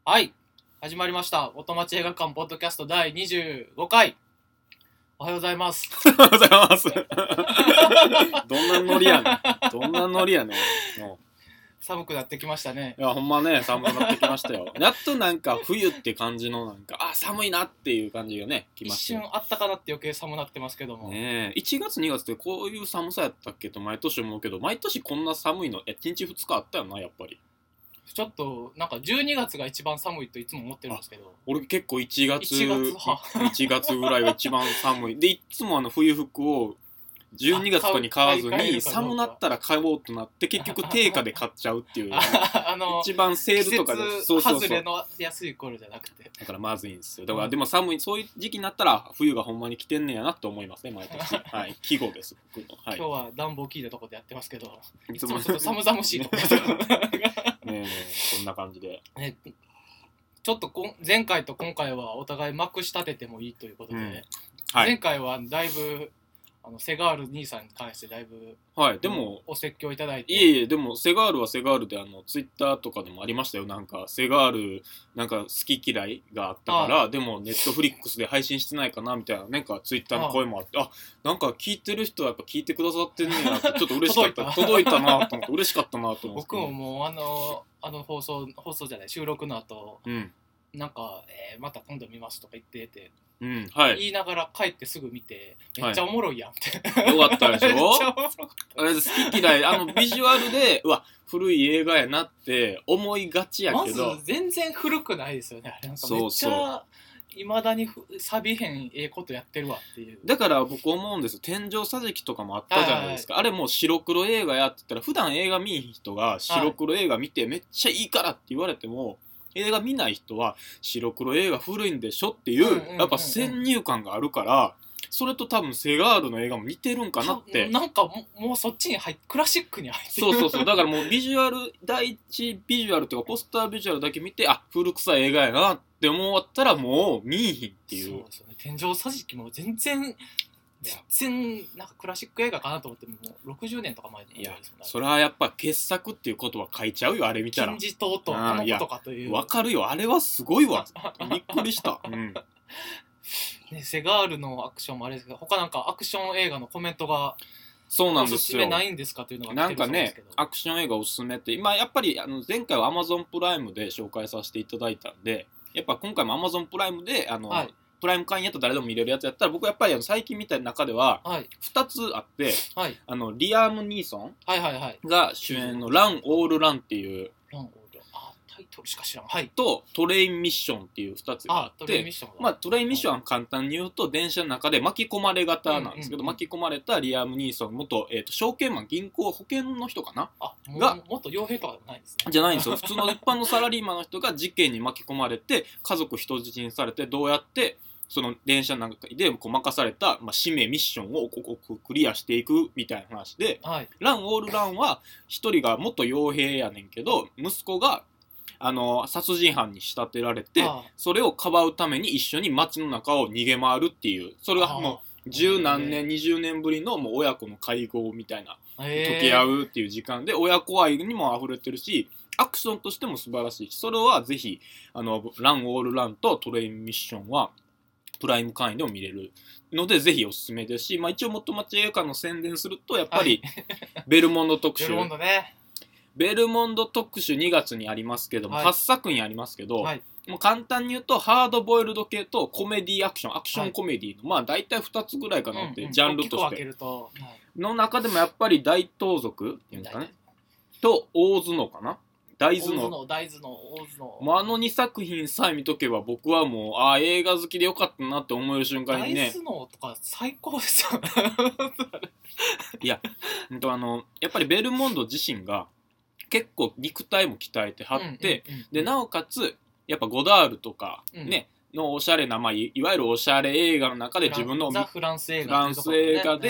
はい、始まりました。元町映画館ポッドキャスト第25回。おはようございます。 おはようございます。どんなノリやねん。どんなノリやねん。も寒くなってきましたね。 いや、ほんまね、寒くなってきましたよ。やっとなんか冬って感じの寒いなっていう感じがね、き一ましたよ。 瞬あったかなって余計寒なってますけども。 ねえ、1月2月ってこういう寒さやったっけと毎年思うけど、毎年こんな寒いの、1日2日あったよな、やっぱり。 ちょっとなんか12月が一番寒いといつも思ってるんですけど。 俺結構1月、 1月ぐらいが一番寒い。で、いつも冬服を12月とかに買わずに寒なったら買おうとなって結局定価で買っちゃうっていう一番セールとかで季節外れの安い頃じゃなくてだからまずいんですよ。だからでも寒いそういう時期になったら冬がほんまに来てんねやなって思いますね、毎年。はい、季語です服の、はい、 今日は暖房効いたところでやってますけど、 いつもちょっと寒々しいとこねえこんな感じで、 ね、ちょっと前回と今回はお互いまくし立ててもいいということで、はい、前回はだいぶセガール兄さんに関してだいぶ、 はい、でもお説教いただいて、 いえでもセガールはセガールでツイッターとかでもありましたよ。なんかセガールなんか好き嫌いがあったからでもネットフリックスで配信してないかなみたいななんかツイッターの声もあってなんか聞いてる人はやっぱ聞いてくださってんねやってちょっと嬉しかった届いたなと思って嬉しかったなと思って僕ももう放送じゃない収録の後、なんか、また今度見ますとか言ってて、はい、言いながら帰ってすぐ見てめっちゃおもろいやんって、 はい、よかったでしょ好き嫌いビジュアルで古い映画やなって思いがちやけどまず全然古くないですよね。あれなんかめっちゃいまだに錆びへんことやってるわっていう。 だから僕思うんです。天井桟敷とかもあったじゃないですか、あれもう白黒映画やって言ったら普段映画見ん人が白黒映画見てめっちゃいいからって言われても、映画見ない人は白黒映画古いんでしょっていうやっぱ先入観があるから、それと多分セガールの映画も似てるんかなって。 なんかもうそっちにクラシックに入ってる。 そうだからもうビジュアル第一ビジュアルというかポスタービジュアルだけ見て古臭い映画やなって思ったらもう見いひんっていう。 そうですよね。天井桟敷も全然なんかクラシック映画かなと思っても60年とか前で、 いやそれはやっぱ傑作っていうことは書いちゃうよ、あれ見たら。 金字塔とこのことかという。 わかるよ、あれはすごいわびっくりした、 ね、セガールのアクションもあれですけど、他なんかアクション映画のコメントがそうなんですよ。 おすすめないんですかというのが来てるそうですけど、 なんかねアクション映画おすすめって今やっぱり前回は Amazon プライムで紹介させていただいたんで、やっぱ今回も Amazon プライムでプライム会員やったら誰でも見れるやつやったら僕やっぱり最近見た中では2つあって、リアム・ニーソンが主演のラン・オール・ランっていうタイトルしか知らん、 とトレインミッションっていう2つがあって、トレインミッションは簡単に言うと電車の中で巻き込まれ型なんですけど、巻き込まれたリアム・ニーソン元、証券マン銀行保険の人かなが元傭兵とかでもないんですね。 じゃないんですよ。普通の一般のサラリーマンの人が事件に巻き込まれて家族人質にされて、どうやってその電車の中で任された、使命ミッションをクリアしていくみたいな話で、ラン・オール・ランは一人が元傭兵やねんけど息子が殺人犯に仕立てられて、それをかばうために一緒に街の中を逃げ回るっていう、それがもう十何年20年ぶりのもう親子の会合みたいな溶け合うっていう時間で、親子愛にも溢れてるしアクションとしても素晴らしいし、それはぜひラン・オール・ランとトレインミッションはプライム会員でも見れるのでぜひおすすめですし、一応元町映画館の宣伝するとやっぱりベルモンド特集、ベルモンド特集2月にありますけども、8作品ありますけど、もう簡単に言うとハードボイルド系とコメディアクションコメディの大体2つぐらいかなって、ジャンルとしての中でもやっぱり大盗賊っていうんですかねと大頭脳かな、大頭脳もう2作品さえ見とけば僕はもう映画好きでよかったなって思える瞬間にね。 大頭脳とか最高ですよねいややっぱりベルモンド自身が結構肉体も鍛えてはって、でなおかつやっぱゴダールとかね、のおしゃれな、いわゆるおしゃれ映画の中で自分のフランス映画で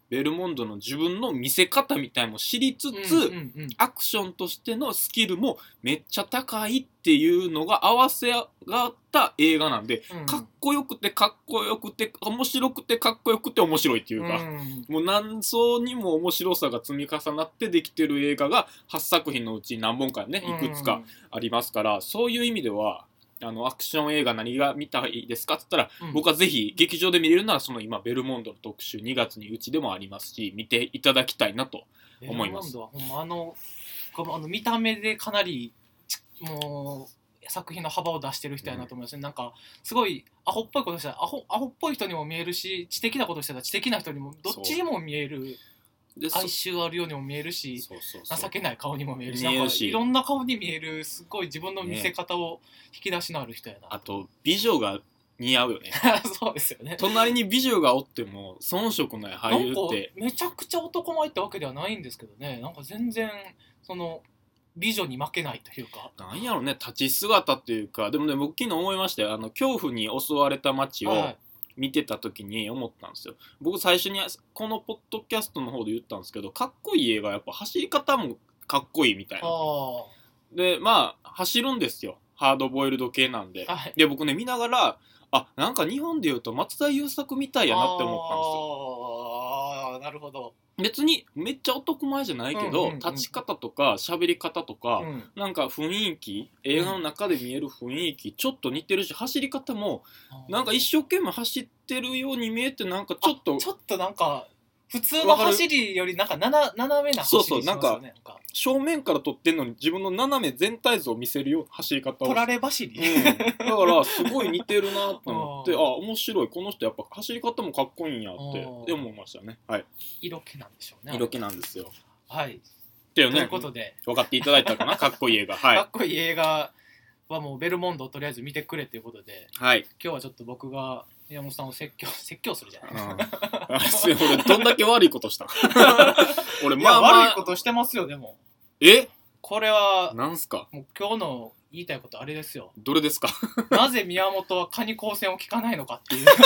ベルモンドの自分の見せ方みたいのも知りつつ、アクションとしてのスキルもめっちゃ高いっていうのが合わせがった映画なんで、かっこよくてかっこよくて面白くてかっこよくて面白いっていうか、もう何層にも面白さが積み重なってできてる映画が8作品のうち何本かねいくつかありますから、そういう意味ではアクション映画何が見たいですかって言ったら、僕はぜひ劇場で見れるならその今ベルモンドの特集2月にうちでもありますし、見ていただきたいなと思います。 ベルモンドはほんま見た目でかなりもう作品の幅を出してる人やなと思いますね。なんかすごいアホっぽいことしたらアホっぽい人にも見えるし、知的なことしたら知的な人にもどっちにも見える。哀愁あるようにも見えるし、情けない顔にも見えるし、なんかいろんな顔に見える、すごい自分の見せ方を引き出しのある人やな。 あと美女が似合うよね。 そうですよね。 隣に美女がおっても遜色ない俳優って。 めちゃくちゃ男前ってわけではないんですけどね、なんか全然その美女に負けないというか。 なんやろね、立ち姿っていうか。でもね、僕昨日思いましたよ。恐怖に襲われた街を見てた時に思ったんですよ。僕最初にこのポッドキャストの方で言ったんですけど、かっこいい映画やっぱ走り方もかっこいいみたいな。でまあ走るんですよ、ハードボイルド系なんで。で僕ね見ながらなんか日本でいうと松田優作みたいやなって思ったんですよ。 なるほど。 別にめっちゃ男前じゃないけど、立ち方とか喋り方とか、なんか雰囲気、映画の中で見える雰囲気ちょっと似てるし、走り方もなんか一生懸命走ってるように見えて、なんかちょっとなんか普通の走りよりなんか斜めな走りしますよね。 なんか正面から撮ってんのに自分の斜め全体像を見せるような走り方を。 取られ走り、 だからすごい似てるなと思って面白い、この人やっぱ走り方もかっこいいんやって思いましたね。はい。 色気なんでしょうね。 色気なんですよ。 はい。 ということで分かっていただいたかな。かっこいい映画。はい。 かっこいい映画はもうベルモンドをとりあえず見てくれということで、 はい。 今日はちょっと僕が宮本さんを説教するじゃないですか。俺どんだけ悪いことした俺悪いことしてますよ。でもこれはなんすか。 もう今日の言いたいことあれですよ。 どれですか。 なぜ宮本はカニ光線を聞かないのかっていう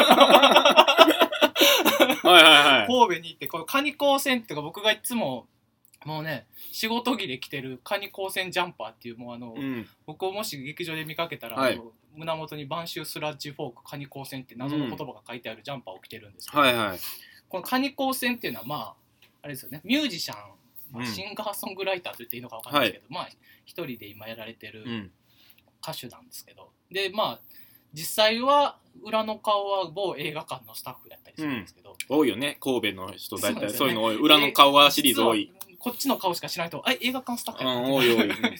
神戸に行ってこのカニ光線っていうか、僕がいつももうね仕事着で着てるカニ光線ジャンパーっていう、もう僕をもし劇場で見かけたら、胸元に晩秋スラッジフォークカニ光線って謎の言葉が書いてあるジャンパーを着てるんですけど、このカニ光線っていうのはあれですよね、ミュージシャン、シンガーソングライターと言っていいのか分かんないですけど、一人で今やられてる歌手なんですけど、で実際は裏の顔は某映画館のスタッフだったりするんですけど、 多いよね、神戸の人大体そういうの多い。裏の顔はシリーズ多い。 こっちの顔しか知らない人映画館スタッフやった多い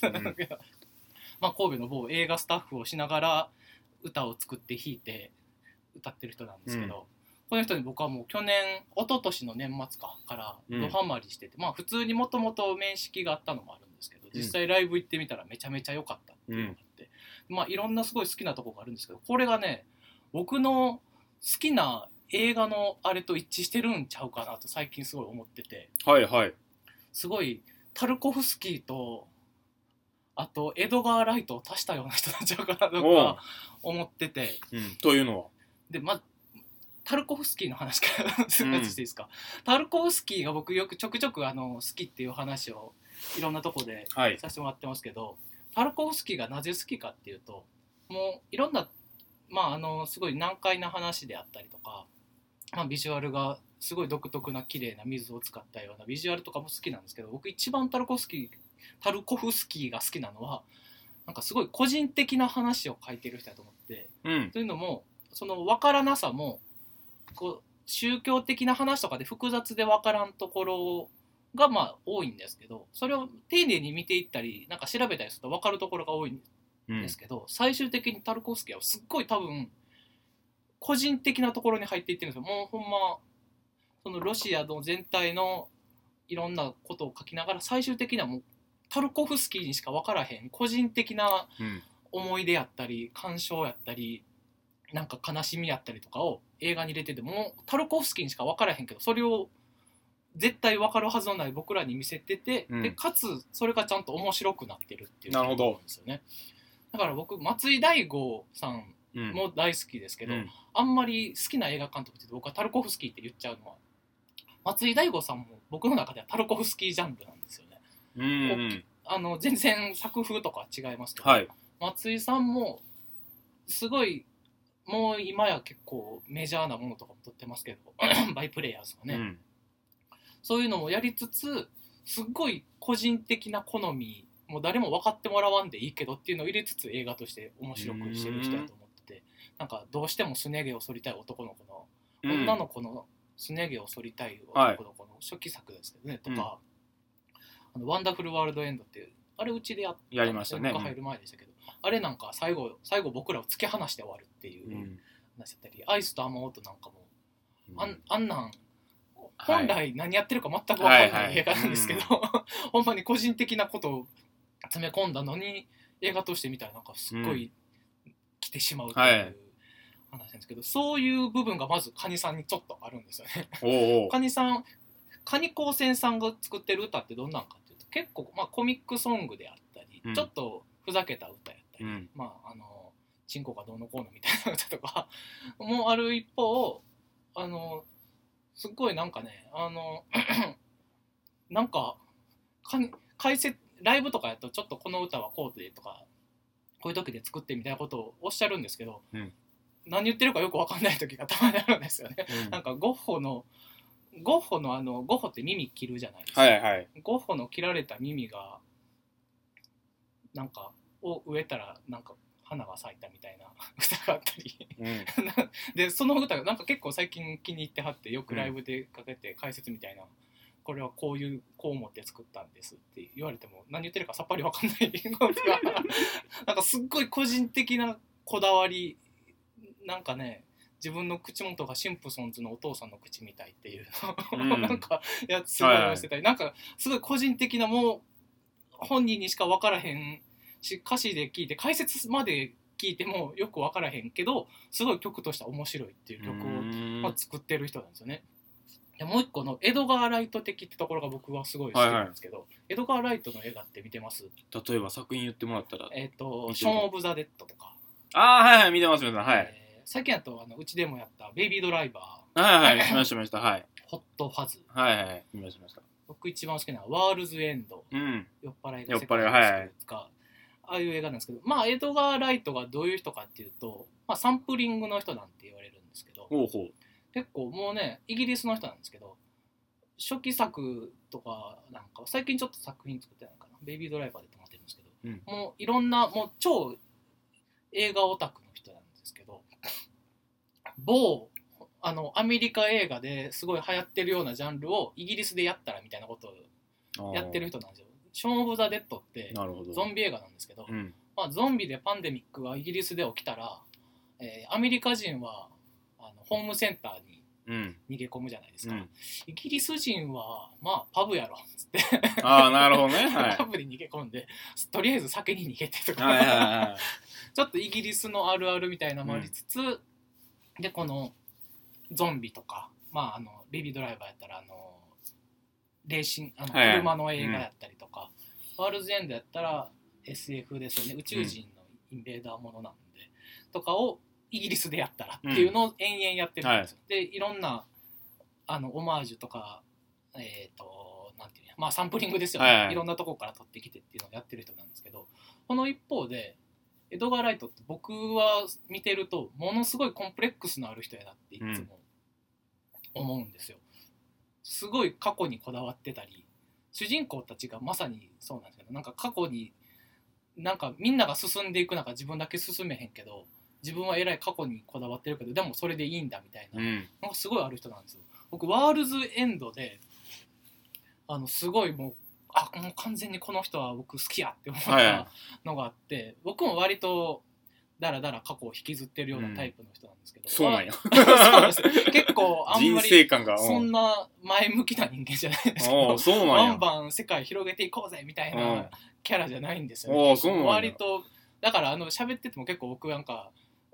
神戸の某映画スタッフをしながら歌を作って弾いて歌ってる人なんですけど、この人に僕はもう一昨年の年末からドハマりしてて、普通にもともと面識があったのもあるんですけど、実際ライブ行ってみたらめちゃめちゃ良かったっていうのがあって、いろんなすごい好きなとこがあるんですけど、これがね僕の好きな映画のあれと一致してるんちゃうかなと最近すごい思ってて、すごいタルコフスキーとあとエドガー・ライトを足したような人なんちゃうかなとか思ってて、 というのはでタルコフスキーの話からしていいですか。タルコフスキーが僕よくちょくちょく好きっていう話をいろんなとこでさせてもらってますけど、タルコフスキーがなぜ好きかっていうと、もういろんなすごい難解な話であったりとか、ビジュアルがすごい独特な綺麗な水を使ったようなビジュアルとかも好きなんですけど、僕一番タルコフスキーが好きなのはなんかすごい個人的な話を書いてる人だと思って、というのもその分からなさも宗教的な話とかで複雑で分からんところが多いんですけど、それを丁寧に見ていったりなんか調べたりすると分かるところが多いんですけど、最終的にタルコフスキーはすっごい多分個人的なところに入っていってるんですよ。もうほんまそのロシアの全体のいろんなことを書きながら、最終的にはもうタルコフスキーにしか分からへん個人的な思い出やったり感傷やったりなんか悲しみやったりとかを映画に入れててもタルコフスキーにしか分からへんけど、それを絶対分かるはずのない僕らに見せてて、でかつそれがちゃんと面白くなってるっていうことなんですよね。だから僕松井大悟さんも大好きですけど、あんまり好きな映画監督って僕はタルコフスキーって言っちゃうのは松井大悟さんも僕の中ではタルコフスキージャンルなんですよね。全然作風とかは違いますけど、はい、松井さんもすごいもう今や結構メジャーなものとかも撮ってますけどバイプレイヤーズとかね、そういうのもやりつつすっごい個人的な好みもう誰も分かってもらわんでいいけどっていうのを入れつつ映画として面白くしてる人だと思ってて、なんかどうしてもすね毛を剃りたい男の子の、女の子のすね毛を剃りたい男の子の初期作ですけどね、とか、ワンダフルワールドエンドっていうあれうちでやりましたね。 僕が入る前でしたけど、あれなんか最後僕らを突き放して終わるっていう話だったり、アイスと雨音なんかも、あんなん本来何やってるか全く分かんない映画なんですけど、ほんまに個人的なことを詰め込んだのに映画として見たらなんかすっごい来てしまうっていう話なんですけど、そういう部分がまずカニさんにちょっとあるんですよね。カニ高専さんが作ってる歌ってどんなんかっていうと結構、コミックソングであったり、ちょっとふざけた歌やったり、チンコがどうのこうのみたいな歌とかもある一方、すっごいなんかねなんか解説ライブとかやとちょっとこの歌はこうでとかこういう時で作ってみたいなことをおっしゃるんですけど、何言ってるかよく分かんない時がたまにあるんですよね。なんかゴッホって耳切るじゃないですか、ゴッホの切られた耳がなんかを植えたらなんか花が咲いたみたいな歌があったり、でその歌がなんか結構最近気に入ってはってよくライブでかけて解説みたいな、これはこう思って作ったんですって言われても何言ってるかさっぱり分かんないことがなんかすっごい個人的なこだわり、なんかね自分の口元がシンプソンズのお父さんの口みたいっていうなんかやつすごいしてたり、なんかすごい個人的な、もう本人にしか分からへんし、歌詞で聞いて解説まで聞いてもよく分からへんけどすごい曲としては面白いっていう曲を作ってる人なんですよね。でもう一個のエドガー・ライト的ってところが僕はすごい好きなんですけど、エドガー・ライトの映画って見てます？ 例えば作品言ってもらったら。 ショーン・オブ・ザ・デッドとか。 見てます。 最近だとうちでもやったベイビードライバー。見ました。 ホットファズ。 見ました。 僕一番好きなワールズエンド。酔っ払いが世界を救うか。ああいう映画なんですけど、エドガー・ライトがどういう人かっていうと、サンプリングの人なんて言われるんですけど、結構もうねイギリスの人なんですけど、初期作とかなんか最近ちょっと作品作ってないかな、ベイビードライバーで止まってるんですけど、もういろんなもう超映画オタクの人なんですけど、某アメリカ映画ですごい流行ってるようなジャンルをイギリスでやったらみたいなことをやってる人なんですよ。ショーン・オブ・ザ・デッドってゾンビ映画なんですけど、ゾンビでパンデミックがイギリスで起きたら、アメリカ人はホームセンターに逃げ込むじゃないですか、イギリス人はパブやろっつってなるほどね、 パブに逃げ込んでとりあえず酒に逃げてとかちょっとイギリスのあるあるみたいなのもありつつ、でこのゾンビとか、ベイビードライバーやったらレーシン車の映画やったりとか、ワールズエンドやったら SF ですよね、宇宙人のインベーダーものなんで、とかをイギリスでやったらっていうのを延々やってるんですよ。でいろんなオマージュとかなんていうサンプリングですよね、いろんなとこから取ってきてっていうのをやってる人なんですけど、この一方でエドガー・ライトって僕は見てるとものすごいコンプレックスのある人やなっていつも思うんですよ。すごい過去にこだわってたり、主人公たちがまさにそうなんですけど、なんか過去になんかみんなが進んでいく中自分だけ進めへんけど、自分はえらい過去にこだわってるけどでもそれでいいんだみたいな、なんかすごいある人なんですよ。僕ワールズエンドですごいもう完全にこの人は僕好きやって思ったのがあって、僕も割とだらだら過去を引きずってるようなタイプの人なんですけど、 そうなんやそうなんです結構あんまり人生観がそんな前向きな人間じゃないですけど、バンバン世界広げていこうぜみたいなキャラじゃないんですよね。割とだから喋ってても結構僕なんか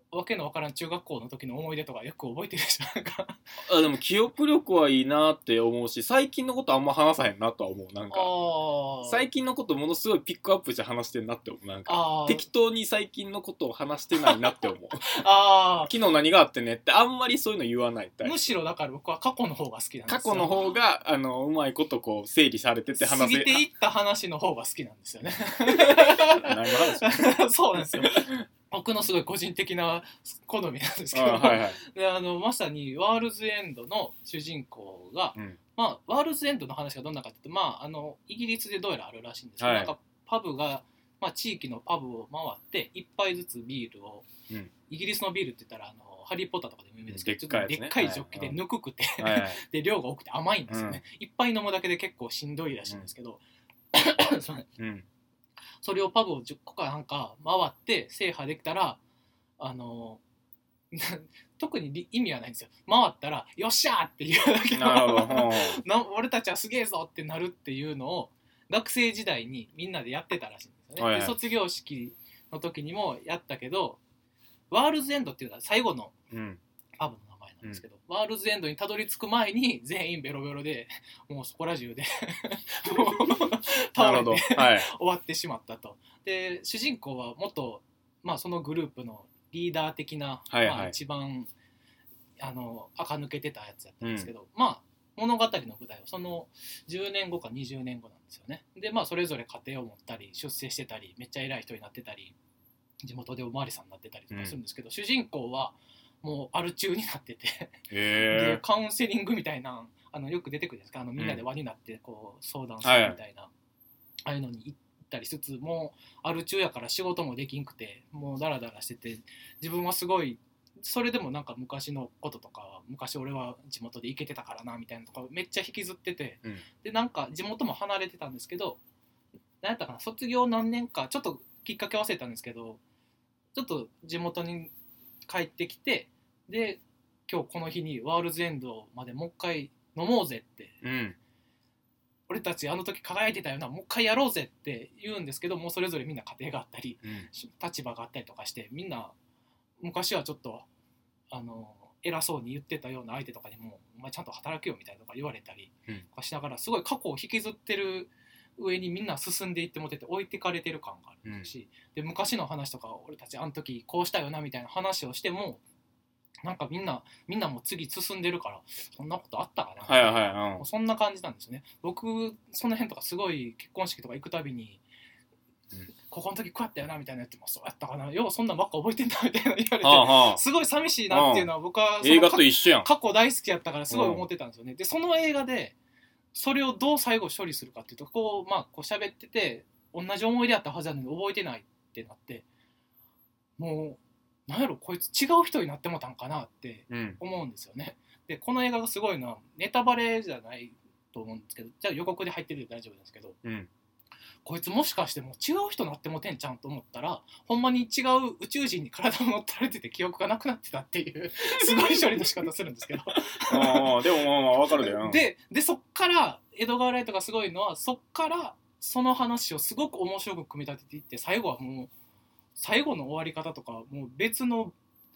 わけのわからん中学校の時の思い出とかよく覚えてるでしょなんかでも記憶力はいいなって思うし、最近のことあんま話さへんなとは思う。なんか最近のことものすごいピックアップして話してんなって思う。なんか適当に最近のことを話してないなって思う昨日何があってねってあんまりそういうの言わないタイプ。 むしろだから僕は過去の方が好きなんですよ。 過去の方がうまいことこう整理されてて話せ過ぎていった話の方が好きなんですよね何の話そうなんですよ僕のすごい個人的な好みなんですけど、 はいはい、 でまさにワールズエンドの主人公が、まあ、ワールズエンドの話がどんなかというと、まあ、イギリスでどうやらあるらしいんですけど、なんかパブが、まあ、地域のパブを回って1杯ずつビールを、イギリスのビールって言ったらハリー・ポッターとかでも有名ですけど、でっかいジョッキでぬくくて、で量が多くて甘いんですよね、いっぱい飲むだけで結構しんどいらしいんですけど、それをパブを10個かなんか回って制覇できたら特に意味はないんですよ。回ったらよっしゃーっていうだけの俺たちはすげえぞってなるっていうのを学生時代にみんなでやってたらしいんですよね、で卒業式の時にもやったけど、ワールズエンドっていうのは最後のパブの名前なんですけど、ワールズエンドにたどり着く前に全員ベロベロでもうそこら中で倒れて終わってしまったと。で主人公は元、まあ、そのグループのリーダー的な、まあ、一番垢抜けてたやつやったんですけど、まあ物語の舞台はその10年後か20年後なんですよね。でまあそれぞれ家庭を持ったり出世してたりめっちゃ偉い人になってたり地元でおまわりさんになってたりとかするんですけど、主人公はもうアル中になっててでカウンセリングみたいなよく出てくるんですか、みんなで輪になってこう相談するみたいな、ああいうのに行ったりしつつ、もうアル中やから仕事もできんくてもうダラダラしてて、自分はすごいそれでもなんか昔のこととか昔俺は地元で行けてたからなみたいなとかめっちゃ引きずってて、でなんか地元も離れてたんですけど、何やったかな、卒業何年かちょっときっかけ忘れたんですけど、ちょっと地元に帰ってきて、で今日この日にワールズエンドまでもう一回飲もうぜって、俺たちあの時輝いてたよな、もう一回やろうぜって言うんですけど、もうそれぞれみんな家庭があったり、立場があったりとかしてみんな昔はちょっと偉そうに言ってたような相手とかにもお前ちゃんと働けよみたいなとか言われたりとかしながら、すごい過去を引きずってる上にみんな進んでいってもてて置いてかれてる感があるし、で昔の話とか俺たちあの時こうしたよなみたいな話をしてもなんかみんなもう次進んでるからそんなことあったかな、そんな感じなんですよね。僕その辺とかすごい結婚式とか行くたびに、ここの時こうやったよなみたいなやってもそうやったかな、ようそんなばっか覚えてんだみたいな言われて、すごい寂しいなっていうのは僕は映画と一緒やん。 過去大好きやったからすごい思ってたんですよね。でその映画でそれをどう最後処理するかっていうと、こうこう喋ってて同じ思い出やったはずなのに覚えてないってなって、もうなんやろこいつ違う人になってもたんかなって思うんですよね。でこの映画がすごいのはネタバレじゃないと思うんですけど、じゃあ予告で入ってるんで大丈夫ですけど、こいつもしかしてもう違う人になってもてんちゃんと思ったらほんまに違う宇宙人に体を乗っ取られてて記憶がなくなってたっていうすごい処理の仕方するんですけどでも分かるでよ。 でそっからエドガー・ライトがすごいのは、そっからその話をすごく面白く組み立てていって、最後はもう最後の終わり方とかもう別の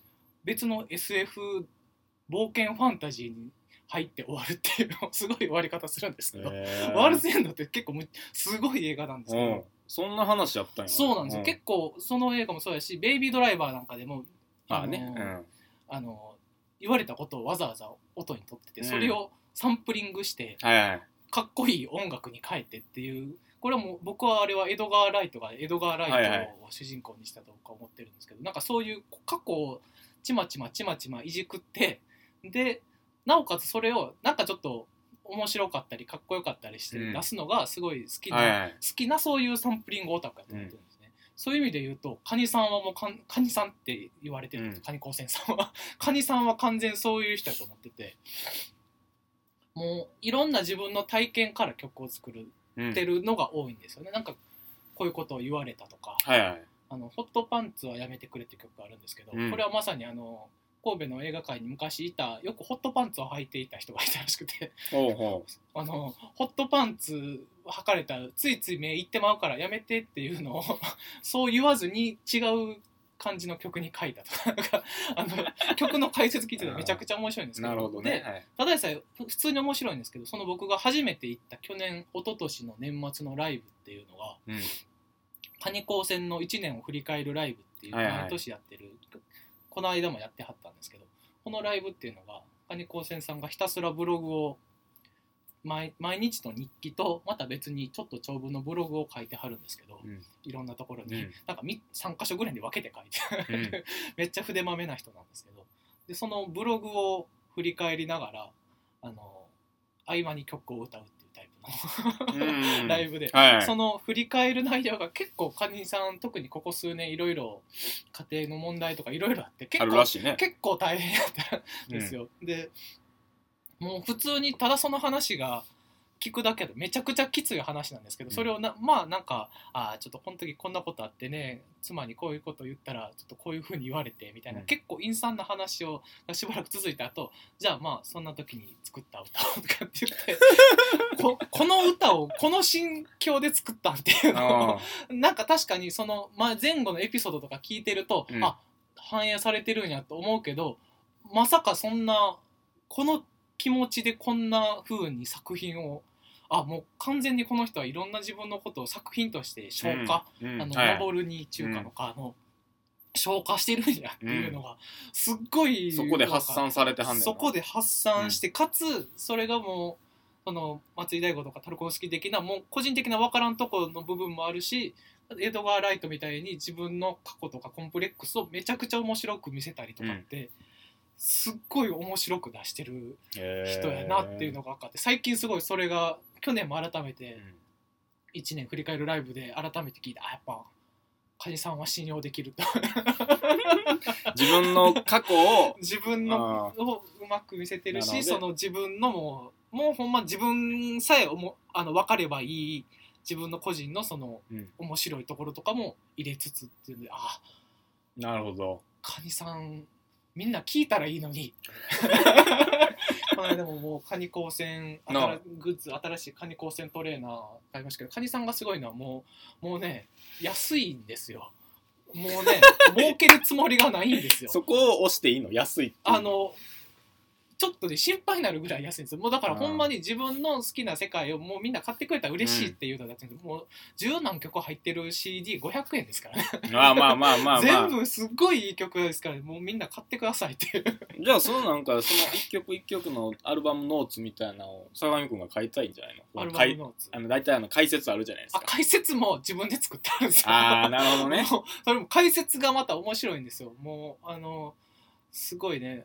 SF 冒険ファンタジーに入って終わるっていうのすごい終わり方するんですけど、ワールズエンドって結構すごい映画なんですけど、 そんな話やったんや。 そうなんですよ、結構その映画もそうやし、ベイビードライバーなんかでも言われたことをわざわざ音にとってて、それをサンプリングして、かっこいい音楽に変えてっていう、これはもう僕はあれはエドガー・ライトがエドガー・ライトを主人公にしたとか思ってるんですけど、なんかそういう過去をちまちまいじくって、でなおかつそれをなんかちょっと面白かったりかっこよかったりして出すのがすごい好きなそういうサンプリングオタクだと思ってるんですね。そういう意味で言うとカニさんはもうカニさんって言われてるんです、カニ高専さんはカニさんは完全そういう人だと思ってて、もういろんな自分の体験から曲を作ってるのが多いんですよね。なんかこういうことを言われたとか、ホットパンツはやめてくれって曲があるんですけど、これはまさに神戸の映画界に昔いたよくホットパンツを履いていた人がいたらしくてホットパンツ履かれたらついつい目いってまうからやめてっていうのをそう言わずに違う感じの曲に書いたとかなんか曲の解説聞いてたらめちゃくちゃ面白いんですけど、 なるほどね、 で、ただでさえ普通に面白いんですけど、その僕が初めて行った去年一昨年の年末のライブっていうのが、蟹高専の1年を振り返るライブっていう毎年やってる、この間もやってはったんですけど、このライブっていうのが蟹高専さんがひたすらブログを毎日の日記とまた別にちょっと長文のブログを書いてはるんですけど、いろんなところに、なんか3箇所ぐらいに分けて書いてめっちゃ筆まめな人なんですけど、でそのブログを振り返りながら合間に曲を歌うっていうタイプのライブで、その振り返る内容が結構カニさん特にここ数年いろいろ家庭の問題とかいろいろあって結構大変やったんですよ、でもう普通にただその話が聞くだけでめちゃくちゃきつい話なんですけど、それをまあなんかちょっとこの時こんなことあってね、妻にこういうこと言ったらちょっとこういう風に言われてみたいな、結構陰惨な話をしばらく続いた後、じゃあまあそんな時に作った歌をとかって言ってこの歌をこの心境で作ったんっていうのをなんか確かにその、前後のエピソードとか聞いてると、反映されてるんやと思うけど、まさかそんなこの気持ちでこんな風に作品をもう完全にこの人はいろんな自分のことを作品として消化、登るに中華のか消化してるんやっていうのがすっごい、 そこで発散されてはんねんな。 そこで発散して、かつそれがもうその松井大悟とかタルコフスキー的なもう個人的な分からんところの部分もあるし、エドガー・ライトみたいに自分の過去とかコンプレックスをめちゃくちゃ面白く見せたりとかって、すっごい面白く出してる人やなっていうのが分かって、最近すごいそれが去年も改めて1年振り返るライブで改めて聞いて、やっぱカニさんは信用できると自分の過去をうまく見せてるし、その自分のもうほんま自分さえ分かればいい自分の個人のその面白いところとかも入れつつっていうので、 なるほど、 カニさんみんな聞いたらいいのにこの間ももうカニ高専グッズ、新しいカニ高専トレーナー買いましたけど、カニさんがすごいのはもうね安いんですよ。もうね儲けるつもりがないんですよ。 そこを押していいの？安いってちょっとね心配になるぐらい安いんですよ。もうだからほんまに自分の好きな世界をもうみんな買ってくれたら嬉しいっていうのだってもう十何曲入ってる CD500 円ですからね全部すっごいいい曲ですから、もうみんな買ってくださいっていうじゃあその一曲一曲のアルバムノーツみたいなのを相模くんが買いたいんじゃないの？ アルバムノーツ大体解説あるじゃないですか。 解説も自分で作ってあるんですよ。 なるほどね。 それも解説がまた面白いんですよ。もうすごいね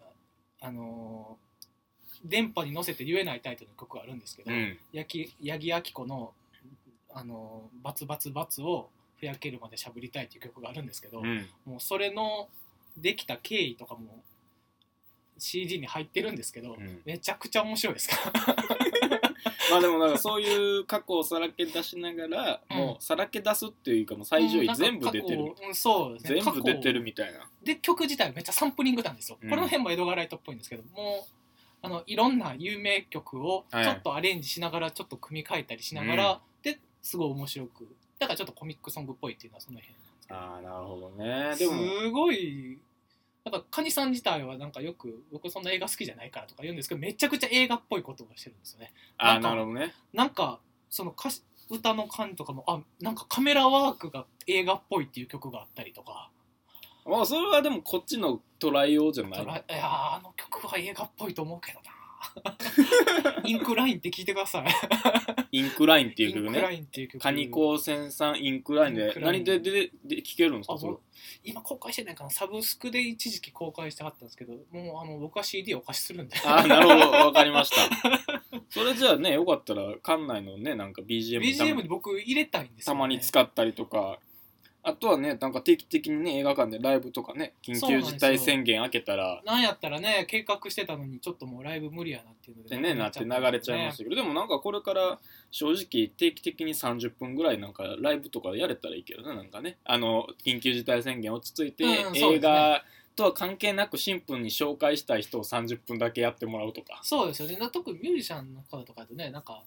電波に乗せて言えないタイトルの曲があるんですけど、八木亜希子のバツバツバツをふやけるまでしゃぶりたいっていう曲があるんですけど、もうそれのできた経緯とかも CD に入ってるんですけど、めちゃくちゃ面白いですからでもなんかそういう過去をさらけ出しながら、もうさらけ出すっていうかもう最上位全部出てる、 そうですね、 全部出てるみたいな。 で曲自体はめっちゃサンプリングなんですよ、この辺もエドガー・ライトっぽいんですけど、もういろんな有名曲をちょっとアレンジしながらちょっと組み替えたりしながら、ですごい面白く、だからちょっとコミックソングっぽいっていうのはその辺なるほどね。 でもすごいなんかカニさん自体はなんかよく僕そんな映画好きじゃないからとか言うんですけど、めちゃくちゃ映画っぽいことをしてるんですよね。 なるほどね。 なんかその歌の感じとかもなんかカメラワークが映画っぽいっていう曲があったりとか。 それはでもこっちの捉えようじゃない。いや曲は映画っぽいと思うけどなインクラインって聞いてくださいインクラインっていう曲ね。 インクラインっていう曲。 カニ高専さんインクラインで何で聴けるんですか？ 今公開してないかな、サブスクで一時期公開してはったんですけど、もう僕は CD をお貸しするんでなるほど、わかりましたそれじゃあね、よかったら館内のねなんか BGM に僕入れたいんですよ、 たまに使ったりとか、あとはねなんか定期的にね映画館でライブとかね緊急事態宣言明けたらなんやったらね計画してたのにちょっともうライブ無理やなっていうのでなって流れちゃいましたけど、でもなんかこれから正直定期的に30分ぐらいなんかライブとかやれたらいいけどね、なんかね緊急事態宣言落ち着いて、映画とは関係なくシンプルに紹介したい人を30分だけやってもらうとか。 そうですよね。特にミュージシャンの方とかだとね、なんか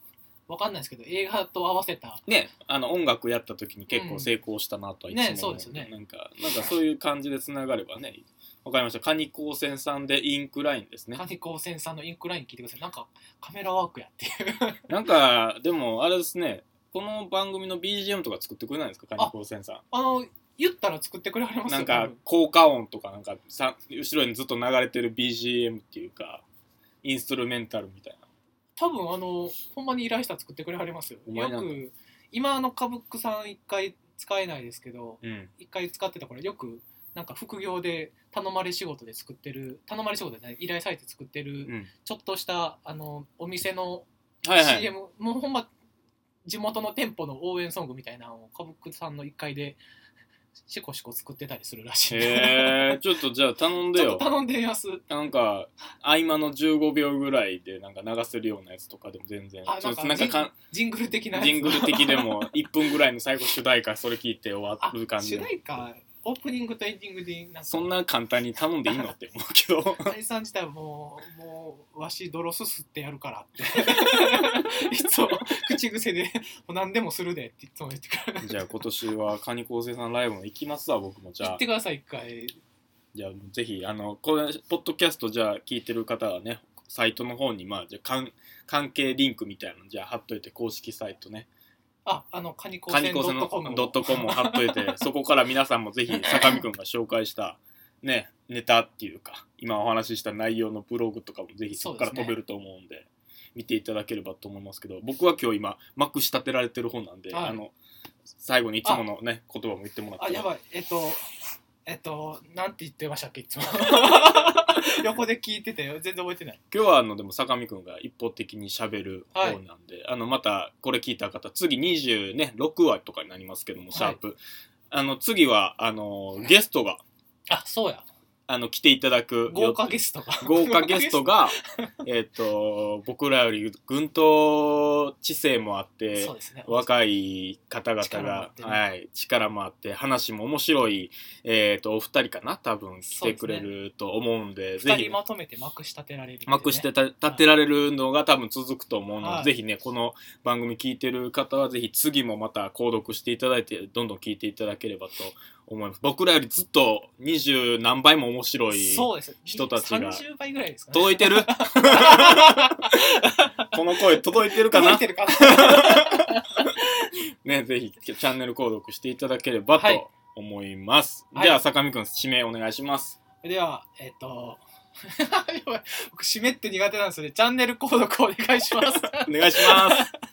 わかんないですけど映画と合わせたね、音楽やった時に結構成功したなとはいつも思う、 ね、そうですよね。 なんかそういう感じでつながればね。わかりました。カニ高専さんでインクラインですね。 カニ高専さんのインクライン聞いてください。なんかカメラワークやっていうなんかでもあれですね、この番組の BGM とか作ってくれないんですか、カニ高専さん。 言ったら作ってくれはりますよ。 なんか効果音とかなんか後ろにずっと流れてる BGM っていうかインストゥルメンタルみたいな。 多分ほんまに依頼したら作ってくれはりますよ。よく今カブックさん一回使えないですけど、一回使ってたからよくなんか副業で頼まれ仕事で作ってる、頼まれ仕事で、ね、依頼されて作ってる、ちょっとしたお店の CM、もうほんま地元の店舗の応援ソングみたいなのをカブックさんの1階でシコシコ作ってたりするらしい。 ちょっとじゃあ頼んでよ。 ちょっと頼んでみます。 なんか合間の15秒ぐらいでなんか流せるようなやつとかでも全然。 なんかジングル的なやつ。 ジングル的でも1分ぐらいの最後主題歌それ聞いて終わる感じ。 主題歌オープニングとエンディングでなんかそんな簡単に頼んでいいのって思うけど大さん自体はもうわし泥すすってやるからっていつも口癖で何でもするでっていつも言ってくる。 じゃあ今年はカニ高生さんライブも行きますわ。僕もじゃあ行ってください一回。 じゃあぜひこれポッドキャストじゃあ聞いてる方はね、サイトの方にじゃあ関係リンクみたいなのじゃあ貼っといて、公式サイトね、 カニ高専 .com を貼っといてそこから皆さんもぜひ坂見くんが紹介したねネタっていうか今お話しした内容のブログとかもぜひそこから飛べると思うんで見ていただければと思いますけど、僕は今日今まくし立てられてる本なんで、最後にいつものね言葉も言ってもらって。 やばい、なんて言ってましたっけいつも横で聞いてて全然覚えてない。 今日はでも坂見くんが一方的に喋る方なんで、またこれ聞いた方次26話とかになりますけども、シャープ次はゲストがそうや来ていただく豪華ゲストが僕らよりぐんと知性もあって、ね、若い方々が力もあって話も面白い、お二人かな多分来てくれると思うんで、 ぜひ2人まとめてまくし立てられる、 まくして立てられるのが多分続くと思うので、ぜひねこの番組聞いてる方はぜひ次もまた購読していただいてどんどん聞いていただければと思います。僕らよりずっと20何倍も面白い人たちが 30倍ぐらいですかね。 届いてるこの声届いてるかなね、ぜひチャンネル購読していただければと思います、じゃあ坂見くん指名お願いします。 では僕締めって苦手なんですよね。チャンネル購読お願いしますお願いします